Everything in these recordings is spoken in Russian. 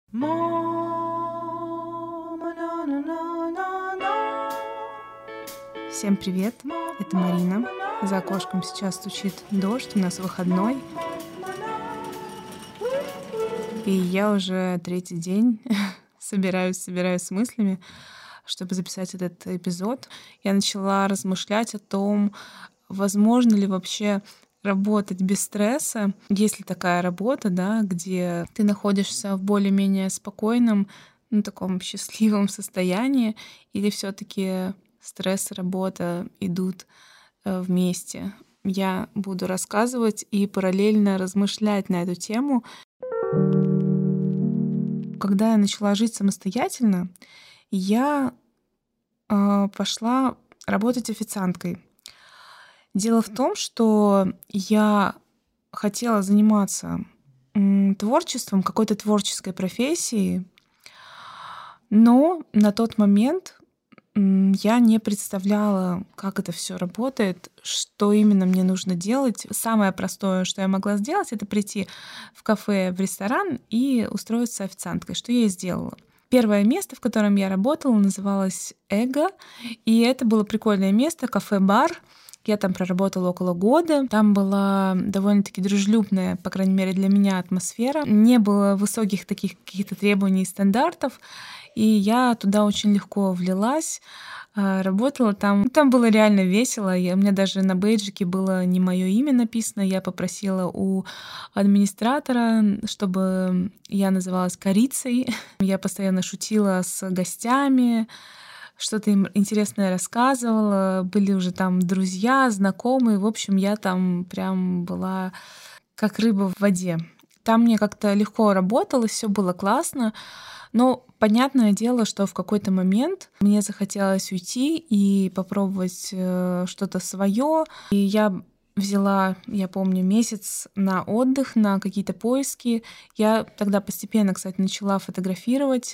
Мама, на-на-на-на-на. Всем привет, это Марина. За окошком сейчас стучит дождь, у нас выходной. И я уже третий день собираюсь с мыслями, чтобы записать этот эпизод. Я начала размышлять о том, возможно ли вообще работать без стресса. Есть ли такая работа, да, где ты находишься в более-менее спокойном, таком счастливом состоянии, или все-таки стресс и работа идут вместе. Я буду рассказывать и параллельно размышлять на эту тему. Когда я начала жить самостоятельно, я пошла работать официанткой. Дело в том, что я хотела заниматься творчеством, какой-то творческой профессией, но на тот момент я не представляла, как это все работает, что именно мне нужно делать. Самое простое, что я могла сделать, это прийти в кафе, в ресторан и устроиться официанткой, что я и сделала. Первое место, в котором я работала, называлось «Эго», и это было прикольное место, кафе-бар. Я там проработала около года. Там была довольно-таки дружелюбная, по крайней мере, для меня атмосфера. Не было высоких таких каких-то требований и стандартов. И я туда очень легко влилась, работала там. Там было реально весело. У меня даже на бейджике было не мое имя написано. Я попросила у администратора, чтобы я называлась корицей. Я постоянно шутила с гостями, что-то им интересное рассказывала. Были уже там друзья, знакомые. В общем, я там прям была как рыба в воде. Там мне как-то легко работалось, все было классно. Но понятное дело, что в какой-то момент мне захотелось уйти и попробовать что-то свое. И я взяла, я помню, месяц на отдых, на какие-то поиски. Я тогда постепенно, кстати, начала фотографировать.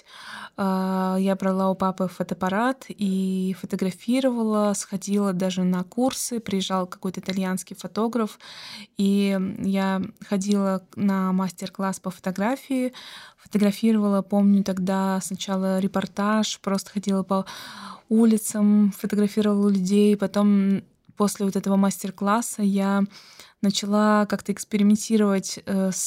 Я брала у папы фотоаппарат и фотографировала, сходила даже на курсы, приезжал какой-то итальянский фотограф, и я ходила на мастер-класс по фотографии, фотографировала, помню, тогда сначала репортаж, просто ходила по улицам, фотографировала людей, потом после вот этого мастер-класса я начала как-то экспериментировать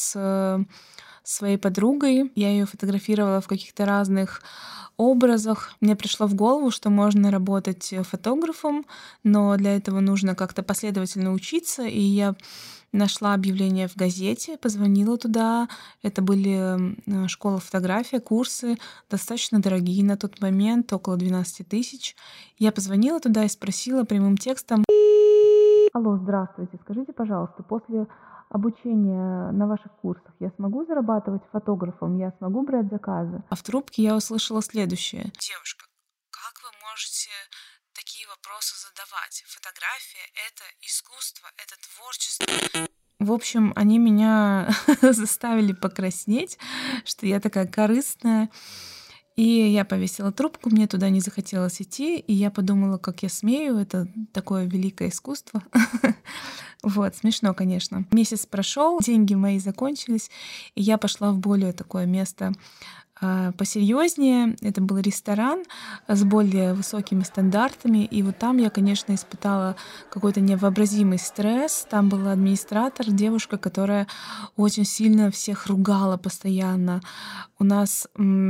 с своей подругой. Я ее фотографировала в каких-то разных образах. Мне пришло в голову, что можно работать фотографом, но для этого нужно как-то последовательно учиться, и я нашла объявление в газете, позвонила туда. Это были школа фотографии, курсы, достаточно дорогие на тот момент, около 12 тысяч. Я позвонила туда и спросила прямым текстом: «Алло, здравствуйте, скажите, пожалуйста, после обучения на ваших курсах я смогу зарабатывать фотографом, я смогу брать заказы?» А в трубке я услышала следующее: «Девушка, как вы можете такие вопросы задавать? Фотография — это искусство, это творчество». В общем, они меня заставили покраснеть, что я такая корыстная. И я повесила трубку, мне туда не захотелось идти, и я подумала, как я смею, это такое великое искусство. Вот, смешно, конечно. Месяц прошел, деньги мои закончились, и я пошла в более такое место посерьезнее. Это был ресторан с более высокими стандартами. И вот там я, конечно, испытала какой-то невообразимый стресс. Там была администратор, девушка, которая очень сильно всех ругала постоянно. У нас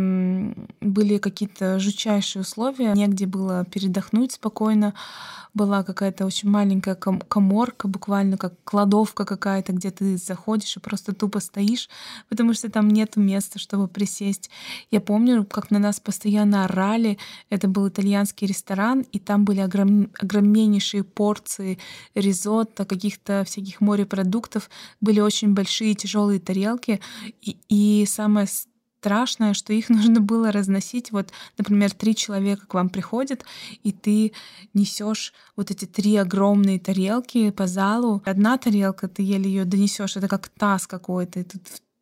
были какие-то жутчайшие условия. Негде было передохнуть спокойно. Была какая-то очень маленькая каморка, буквально как кладовка какая-то, где ты заходишь и просто тупо стоишь, потому что там нет места, чтобы присесть. Я помню, как на нас постоянно орали. Это был итальянский ресторан, и там были огромнейшие порции ризотто, каких-то всяких морепродуктов. Были очень большие тяжелые тарелки. И самое страшное, что их нужно было разносить. Вот, например, 3 человека к вам приходят, и ты несешь вот эти 3 огромные тарелки по залу. Одна тарелка, ты еле ее донесешь, это как таз какой-то. И тут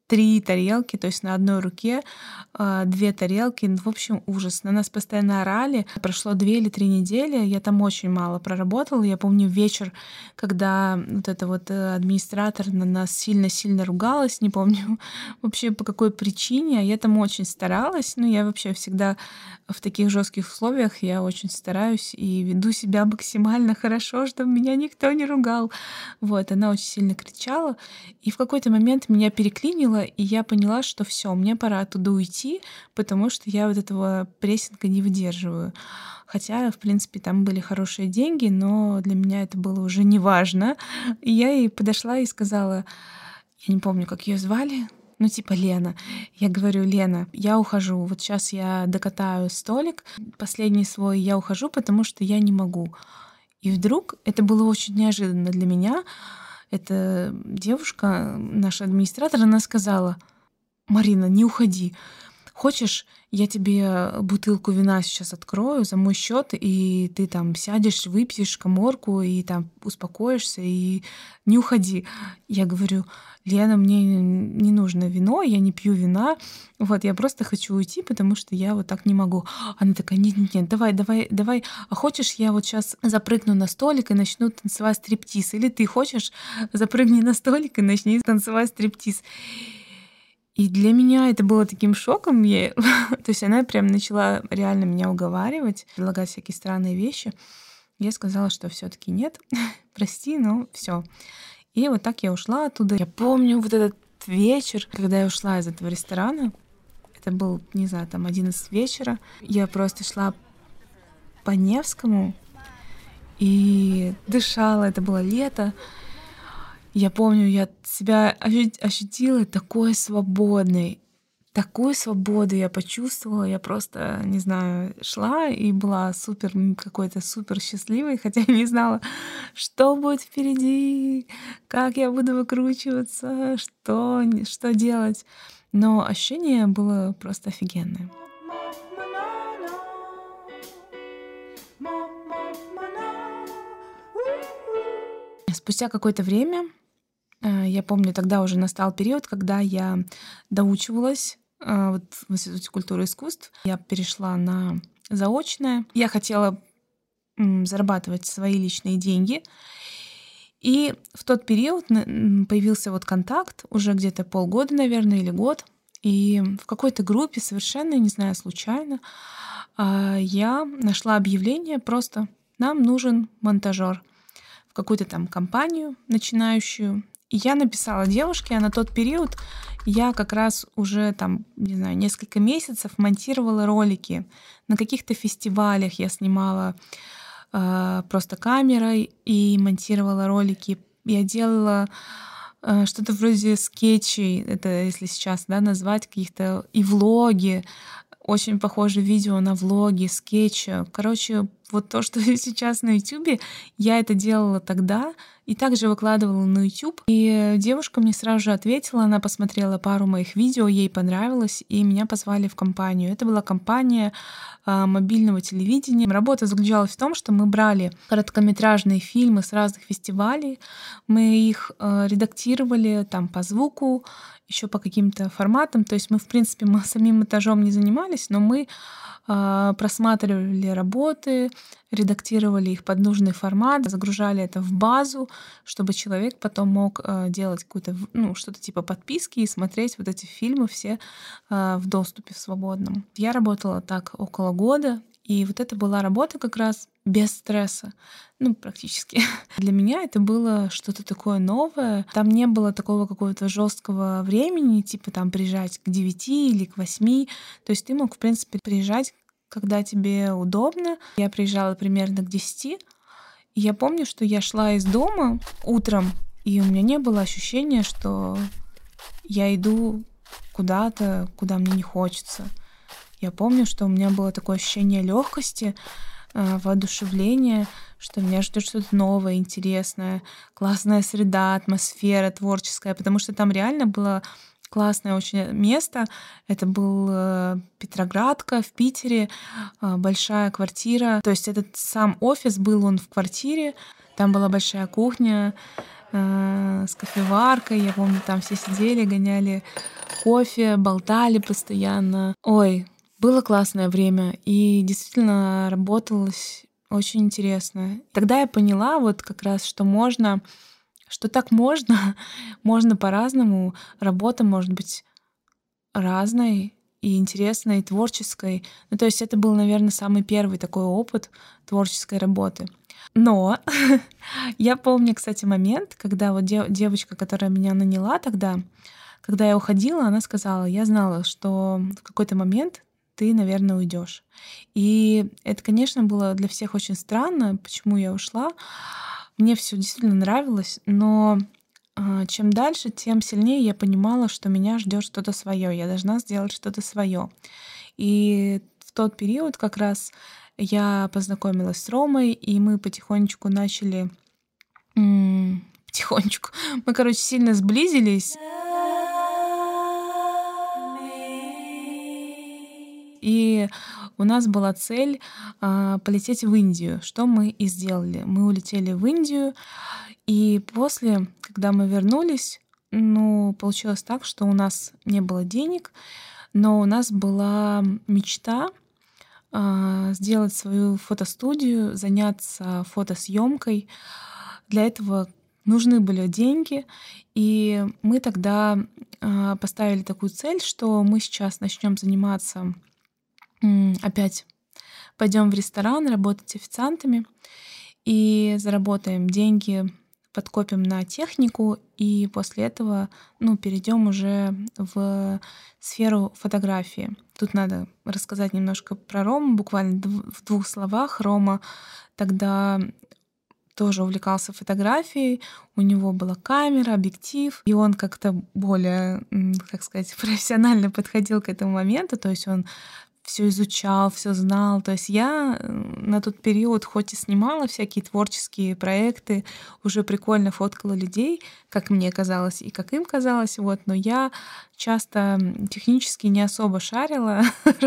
3 тарелки, то есть на одной руке 2 тарелки. Ну, в общем, ужас. На нас постоянно орали. Прошло 2 или 3 недели, я там очень мало проработала. Я помню вечер, когда вот эта вот администратор на нас сильно-сильно ругалась, не помню вообще по какой причине. Я там очень старалась. Ну, я вообще всегда в таких жестких условиях я очень стараюсь и веду себя максимально хорошо, чтобы меня никто не ругал. Вот, она очень сильно кричала. И в какой-то момент меня переклинило, и я поняла, что все, мне пора оттуда уйти, потому что я вот этого прессинга не выдерживаю. Хотя, в принципе, там были хорошие деньги, но для меня это было уже неважно. И я ей подошла и сказала, я не помню, как ее звали, ну, типа Лена. Я говорю, Лена, я ухожу. Вот сейчас я докатаю столик, последний свой, я ухожу, потому что я не могу. И вдруг это было очень неожиданно для меня. Эта девушка, наша администратор, она сказала, Марина, не уходи. Хочешь, я тебе бутылку вина сейчас открою за мой счет, и ты там сядешь, выпьешь коморку, и там успокоишься, и не уходи. Я говорю, Лена, мне не нужно вино, я не пью вина, вот, я просто хочу уйти, потому что я вот так не могу. Она такая, нет, давай, а хочешь, я вот сейчас запрыгну на столик и начну танцевать стриптиз, или ты хочешь, запрыгни на столик и начни танцевать стриптиз. И для меня это было таким шоком. То есть она прям начала реально меня уговаривать, предлагать всякие странные вещи. Я сказала, что все таки нет, прости, но все. И вот так я ушла оттуда. Я помню вот этот вечер, когда я ушла из этого ресторана. Это был, не знаю, там 11 вечера. Я просто шла по Невскому и дышала. Это было лето. Я помню, я себя ощутила такой свободной. Такую свободу я почувствовала. Я просто, не знаю, шла и была какой-то супер счастливой, хотя я не знала, что будет впереди, как я буду выкручиваться, что делать. Но ощущение было просто офигенное. Спустя какое-то время, я помню, тогда уже настал период, когда я доучивалась вот в Институте культуры и искусств. Я перешла на заочное. Я хотела зарабатывать свои личные деньги. И в тот период появился вот контакт, уже где-то полгода, наверное, или год. И в какой-то группе, совершенно, не знаю, случайно, я нашла объявление просто «Нам нужен монтажер» в какую-то там компанию начинающую. И я написала девушке, а на тот период я как раз уже там, не знаю, несколько месяцев монтировала ролики. На каких-то фестивалях я снимала просто камерой и монтировала ролики. Я делала что-то вроде скетчей, это если сейчас, да, назвать каких-то и влоги, очень похоже видео на влоги, скетчи. Короче, вот то, что сейчас на Ютубе, я это делала тогда и также выкладывала на YouTube. И девушка мне сразу же ответила, она посмотрела пару моих видео, ей понравилось, и меня позвали в компанию. Это была компания мобильного телевидения. Работа заключалась в том, что мы брали короткометражные фильмы с разных фестивалей, мы их редактировали там по звуку, еще по каким-то форматам. То есть мы, в принципе, самим монтажом не занимались, но мы просматривали работы, редактировали их под нужный формат, загружали это в базу, чтобы человек потом мог делать какую-то, что-то типа подписки и смотреть вот эти фильмы все в доступе в свободном. Я работала так около года, и вот это была работа как раз без стресса, практически. Для меня это было что-то такое новое. Там не было такого какого-то жесткого времени, типа там приезжать к 9 или к 8. То есть ты мог, в принципе, приезжать, когда тебе удобно. Я приезжала примерно к 10. И я помню, что я шла из дома утром, и у меня не было ощущения, что я иду куда-то, куда мне не хочется. Я помню, что у меня было такое ощущение легкости, воодушевления, что меня ждет что-то новое, интересное, классная среда, атмосфера творческая, потому что там реально было классное очень место. Это был Петроградка в Питере, большая квартира. То есть этот сам офис был он в квартире, там была большая кухня, с кофеваркой. Я помню, там все сидели, гоняли кофе, болтали постоянно. Ой, было классное время, и действительно работалось очень интересно. Тогда я поняла вот как раз, что можно, что так можно, можно по-разному. Работа может быть разной и интересной, и творческой. Ну, то есть это был, наверное, самый первый такой опыт творческой работы. Но я помню, кстати, момент, когда вот девочка, которая меня наняла тогда, когда я уходила, она сказала: я знала, что в какой-то момент ты, наверное, уйдешь. И это, конечно, было для всех очень странно, почему я ушла. Мне все действительно нравилось, но чем дальше, тем сильнее я понимала, что меня ждет что-то свое. Я должна сделать что-то свое. И в тот период как раз я познакомилась с Ромой, и мы потихонечку начали... потихонечку. Мы, короче, сильно сблизились. И у нас была цель полететь в Индию, что мы и сделали. Мы улетели в Индию, и после, когда мы вернулись, ну, получилось так, что у нас не было денег, но у нас была мечта сделать свою фотостудию, заняться фотосъемкой. Для этого нужны были деньги, и мы тогда поставили такую цель, что мы сейчас начнем заниматься опять, пойдем в ресторан работать официантами и заработаем деньги, подкопим на технику, и после этого, ну, перейдем уже в сферу фотографии. Тут надо рассказать немножко про Рому, буквально в двух словах. Рома тогда тоже увлекался фотографией, у него была камера, объектив, и он как-то более, как сказать, профессионально подходил к этому моменту, то есть он все изучал, все знал. То есть я на тот период хоть и снимала всякие творческие проекты, уже прикольно фоткала людей, как мне казалось и как им казалось, вот, но я часто технически не особо шарила,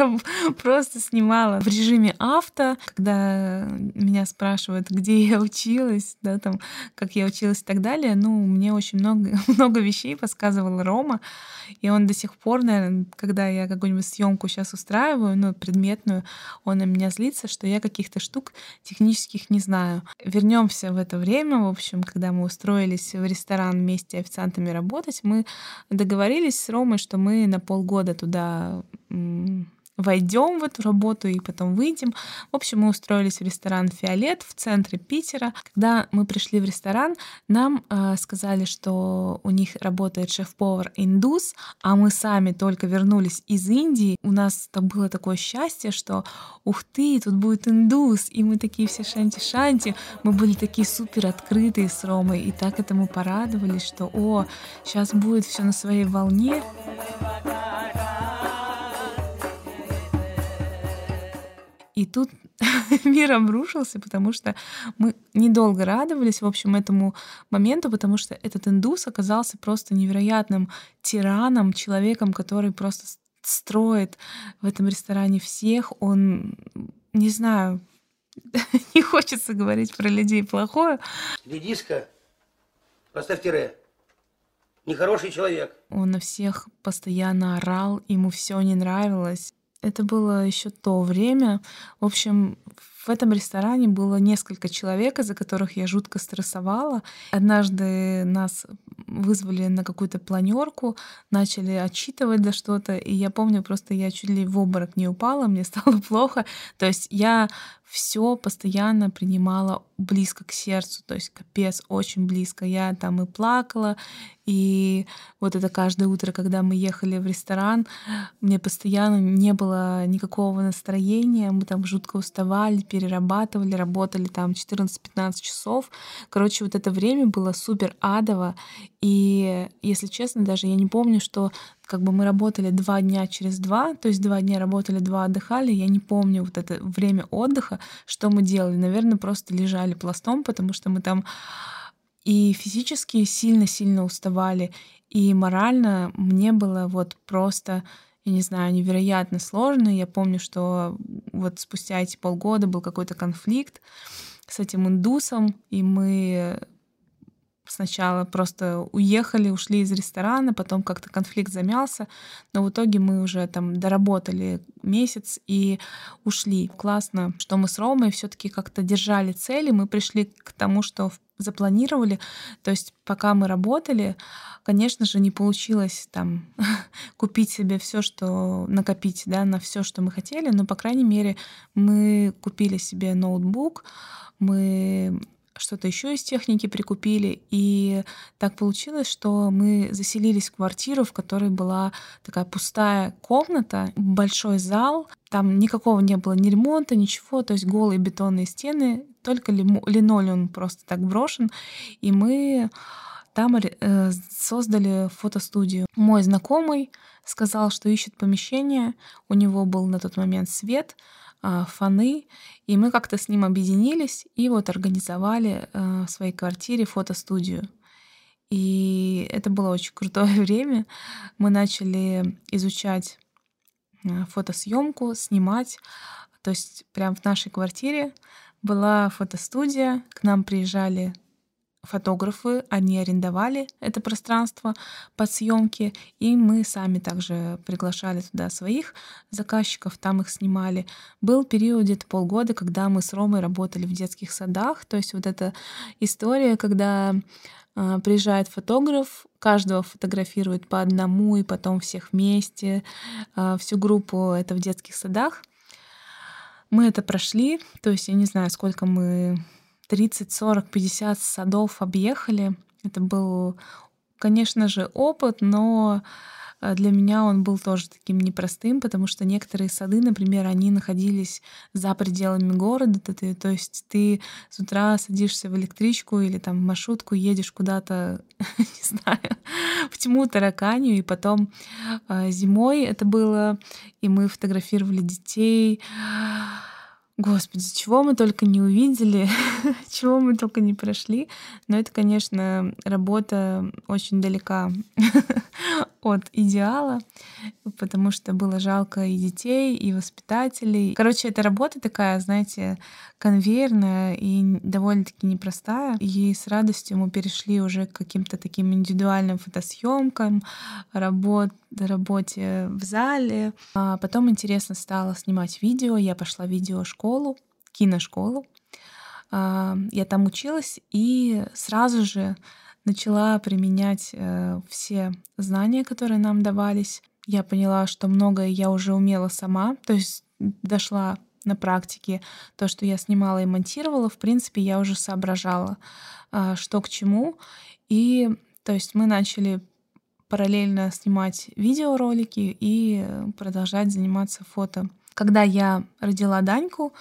просто снимала в режиме авто, когда меня спрашивают, где я училась, да, там, как я училась и так далее. Ну, мне очень много вещей подсказывал Рома, и он до сих пор, наверное, когда я какую-нибудь съемку сейчас устраиваю, ну, предметную, он на меня злится, что я каких-то штук технических не знаю. Вернемся в это время, в общем, когда мы устроились в ресторан вместе официантами работать, мы договорились с Ромой, что мы на полгода туда войдем в эту работу и потом выйдем. В общем, мы устроились в ресторан «Фиолет» в центре Питера. Когда мы пришли в ресторан, нам сказали, что у них работает шеф-повар индус, а мы сами только вернулись из Индии. У нас там было такое счастье, что ух ты, тут будет индус, и мы такие все шанти-шанти. Мы были такие супер открытые с Ромой, и так этому порадовались, что о, сейчас будет все на своей волне. И тут мир обрушился, потому что мы недолго радовались, в общем, этому моменту, потому что этот индус оказался просто невероятным тираном, человеком, который просто строит в этом ресторане всех. Он, не знаю, не хочется говорить про людей плохое. Редиска, поставь тире. Нехороший человек. Он на всех постоянно орал, ему все не нравилось. Это было еще то время. В общем, в этом ресторане было несколько человек, из-за которых я жутко стрессовала. Однажды нас вызвали на какую-то планерку, начали отчитывать за что-то, и я помню, просто я чуть ли в обморок не упала, мне стало плохо. То есть я все постоянно принимала близко к сердцу, то есть капец, очень близко. Я там и плакала, и вот это каждое утро, когда мы ехали в ресторан, мне постоянно не было никакого настроения, мы там жутко уставали, перерабатывали, работали там 14-15 часов. Короче, вот это время было супер адово, и, если честно, даже я не помню, что как бы мы работали 2 дня через 2, то есть 2 дня работали, 2 отдыхали. Я не помню вот это время отдыха, что мы делали. Наверное, просто лежали пластом, потому что мы там и физически сильно-сильно уставали, и морально мне было вот просто, я не знаю, невероятно сложно. Я помню, что вот спустя эти полгода был какой-то конфликт с этим индусом, и мы сначала просто уехали, ушли из ресторана, потом как-то конфликт замялся, но в итоге мы уже там доработали месяц и ушли. Классно, что мы с Ромой все-таки как-то держали цели, мы пришли к тому, что запланировали. То есть пока мы работали, конечно же, не получилось там купить себе все, что накопить, да, на все, что мы хотели, но, по крайней мере, мы купили себе ноутбук, мы что-то еще из техники прикупили, и так получилось, что мы заселились в квартиру, в которой была такая пустая комната, большой зал, там никакого не было ни ремонта, ничего, то есть голые бетонные стены, только линолеум просто так брошен, и мы там создали фотостудию. Мой знакомый сказал, что ищет помещение, у него был на тот момент свет, фоны, и мы как-то с ним объединились и вот организовали в своей квартире фотостудию. И это было очень крутое время. Мы начали изучать фотосъемку, снимать. То есть прямо в нашей квартире была фотостудия, к нам приезжали фотографы, они арендовали это пространство под съемки, и мы сами также приглашали туда своих заказчиков, там их снимали. Был период где-то полгода, когда мы с Ромой работали в детских садах, то есть вот эта история, когда приезжает фотограф, каждого фотографирует по одному, и потом всех вместе, всю группу, это в детских садах. Мы это прошли, то есть я не знаю, сколько мы 30, 40, 50 садов объехали. Это был, конечно же, опыт, но для меня он был тоже таким непростым, потому что некоторые сады, например, они находились за пределами города. То есть ты с утра садишься в электричку или там в маршрутку, едешь куда-то, не знаю, в тьму тараканью, и потом зимой это было, и мы фотографировали детей. Господи, чего мы только не увидели, чего мы только не прошли. Но это, конечно, работа очень далека от идеала, потому что было жалко и детей, и воспитателей. Короче, эта работа такая, знаете, конвейерная и довольно-таки непростая. И с радостью мы перешли уже к каким-то таким индивидуальным фотосъемкам, работе в зале. А потом интересно стало снимать видео. Я пошла в видеошколу, киношколу. Я там училась и сразу же начала применять все знания, которые нам давались. Я поняла, что многое я уже умела сама, то есть дошла на практике. То, что я снимала и монтировала, в принципе, я уже соображала, что к чему. И то есть мы начали параллельно снимать видеоролики и продолжать заниматься фото. Когда я родила Даньку,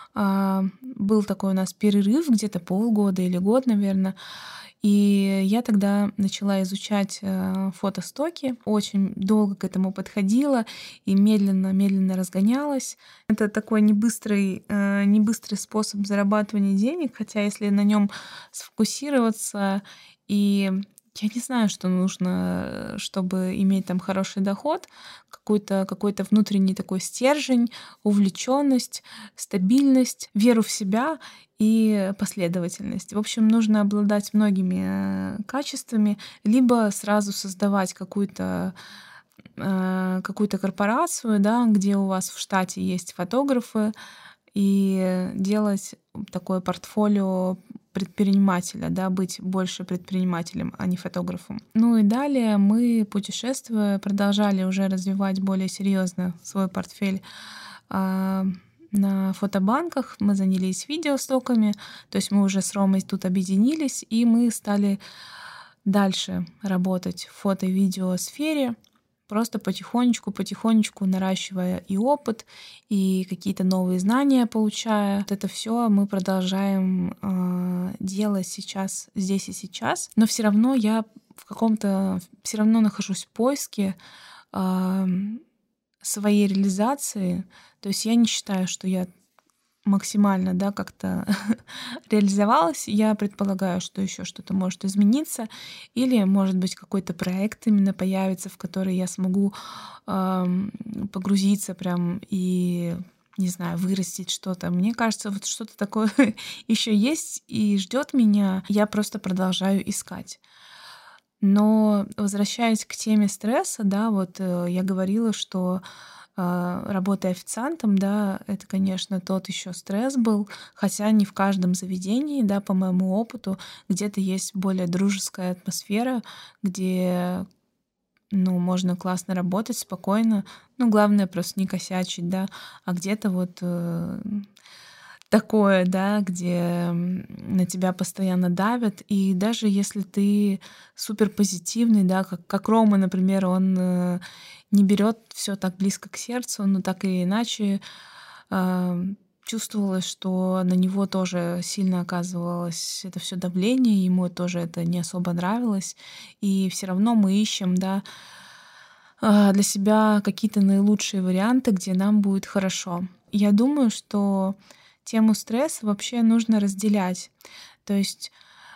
был такой у нас перерыв, где-то полгода или год, наверное. И я тогда начала изучать фотостоки, очень долго к этому подходила и медленно разгонялась. Это такой не быстрый способ зарабатывания денег, хотя если на нем сфокусироваться, и я не знаю, что нужно, чтобы иметь там хороший доход, какой-то внутренний такой стержень, увлеченность, стабильность, веру в себя и последовательность. В общем, нужно обладать многими качествами, либо сразу создавать какую-то корпорацию, да, где у вас в штате есть фотографы, и делать такое портфолио предпринимателя, да, быть больше предпринимателем, а не фотографом. Ну и далее мы, путешествуя, продолжали уже развивать более серьезно свой портфель на фотобанках. Мы занялись видеостоками, то есть мы уже с Ромой тут объединились, и мы стали дальше работать в фото- и видеосфере, просто потихонечку наращивая и опыт, и какие-то новые знания получая. Вот это все мы продолжаем делать сейчас, здесь и сейчас. Но все равно я все равно нахожусь в поиске своей реализации. То есть я не считаю, что я максимально, да, как-то реализовалась. Я предполагаю, что еще что-то может измениться, или, может быть, какой-то проект именно появится, в который я смогу погрузиться прям и не знаю, вырастить что-то. Мне кажется, вот что-то такое еще есть и ждет меня. Я просто продолжаю искать. Но возвращаясь к теме стресса, да, вот я говорила, что работая официантом, да, это, конечно, тот еще стресс был, хотя не в каждом заведении, да, по моему опыту, где-то есть более дружеская атмосфера, где, ну, можно классно работать, спокойно, ну, главное просто не косячить, да, а где-то вот такое, да, где на тебя постоянно давят, и даже если ты супер позитивный, да, как Рома, например, он не берет все так близко к сердцу, но так или иначе чувствовалось, что на него тоже сильно оказывалось это все давление, ему тоже это не особо нравилось, и все равно мы ищем, да, для себя какие-то наилучшие варианты, где нам будет хорошо. Я думаю, что тему стресса вообще нужно разделять. То есть,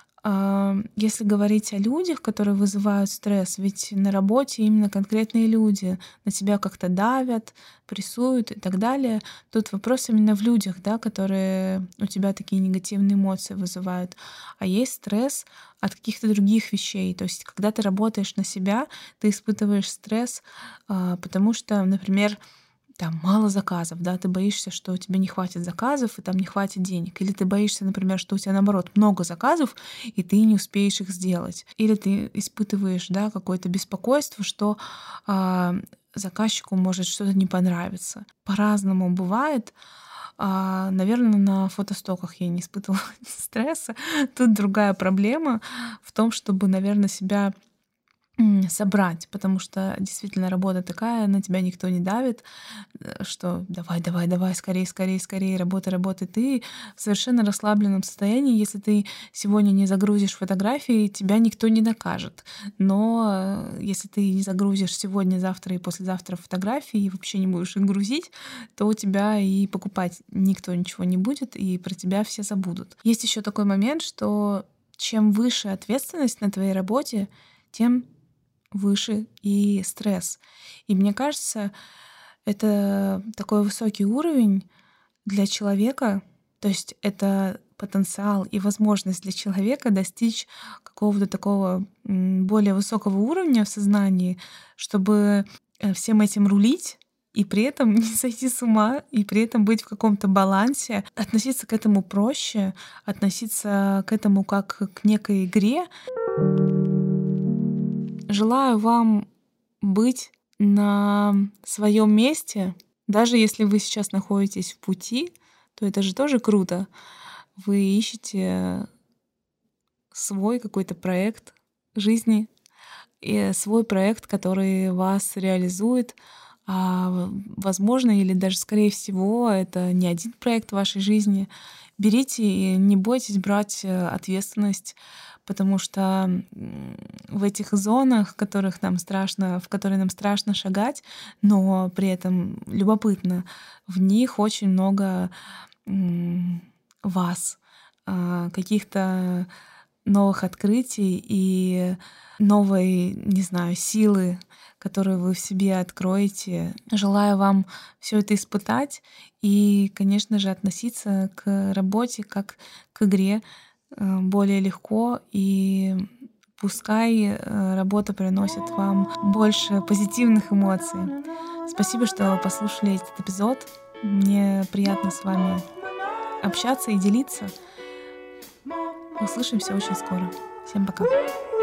если говорить о людях, которые вызывают стресс, ведь на работе именно конкретные люди на тебя как-то давят, прессуют и так далее. Тут вопрос именно в людях, да, которые у тебя такие негативные эмоции вызывают. А есть стресс от каких-то других вещей. То есть, когда ты работаешь на себя, ты испытываешь стресс, потому что, например, там мало заказов, да, ты боишься, что у тебя не хватит заказов и там не хватит денег. Или ты боишься, например, что у тебя, наоборот, много заказов, и ты не успеешь их сделать. Или ты испытываешь, да, какое-то беспокойство, что заказчику может что-то не понравиться. По-разному бывает. Наверное, на фотостоках я не испытывала стресса. Тут другая проблема в том, чтобы, наверное, себя собрать, потому что действительно работа такая, на тебя никто не давит, что давай, скорее, работай. Ты в совершенно расслабленном состоянии, если ты сегодня не загрузишь фотографии, тебя никто не накажет. Но если ты не загрузишь сегодня, завтра и послезавтра фотографии и вообще не будешь их грузить, то у тебя и покупать никто ничего не будет, и про тебя все забудут. Есть еще такой момент, что чем выше ответственность на твоей работе, тем выше и стресс. И мне кажется, это такой высокий уровень для человека, то есть это потенциал и возможность для человека достичь какого-то такого более высокого уровня в сознании, чтобы всем этим рулить и при этом не сойти с ума, и при этом быть в каком-то балансе, относиться к этому проще, относиться к этому как к некой игре. Желаю вам быть на своем месте, даже если вы сейчас находитесь в пути, то это же тоже круто. Вы ищете свой какой-то проект жизни, и свой проект, который вас реализует. Возможно, или даже скорее всего, это не один проект в вашей жизни. Берите и не бойтесь брать ответственность, потому что в этих зонах, в которые нам страшно шагать, но при этом любопытно, в них очень много вас, каких-то новых открытий и новой, не знаю, силы, которую вы в себе откроете. Желаю вам все это испытать и, конечно же, относиться к работе как к игре более легко, и пускай работа приносит вам больше позитивных эмоций. Спасибо, что послушали этот эпизод. Мне приятно с вами общаться и делиться. Услышимся очень скоро. Всем пока.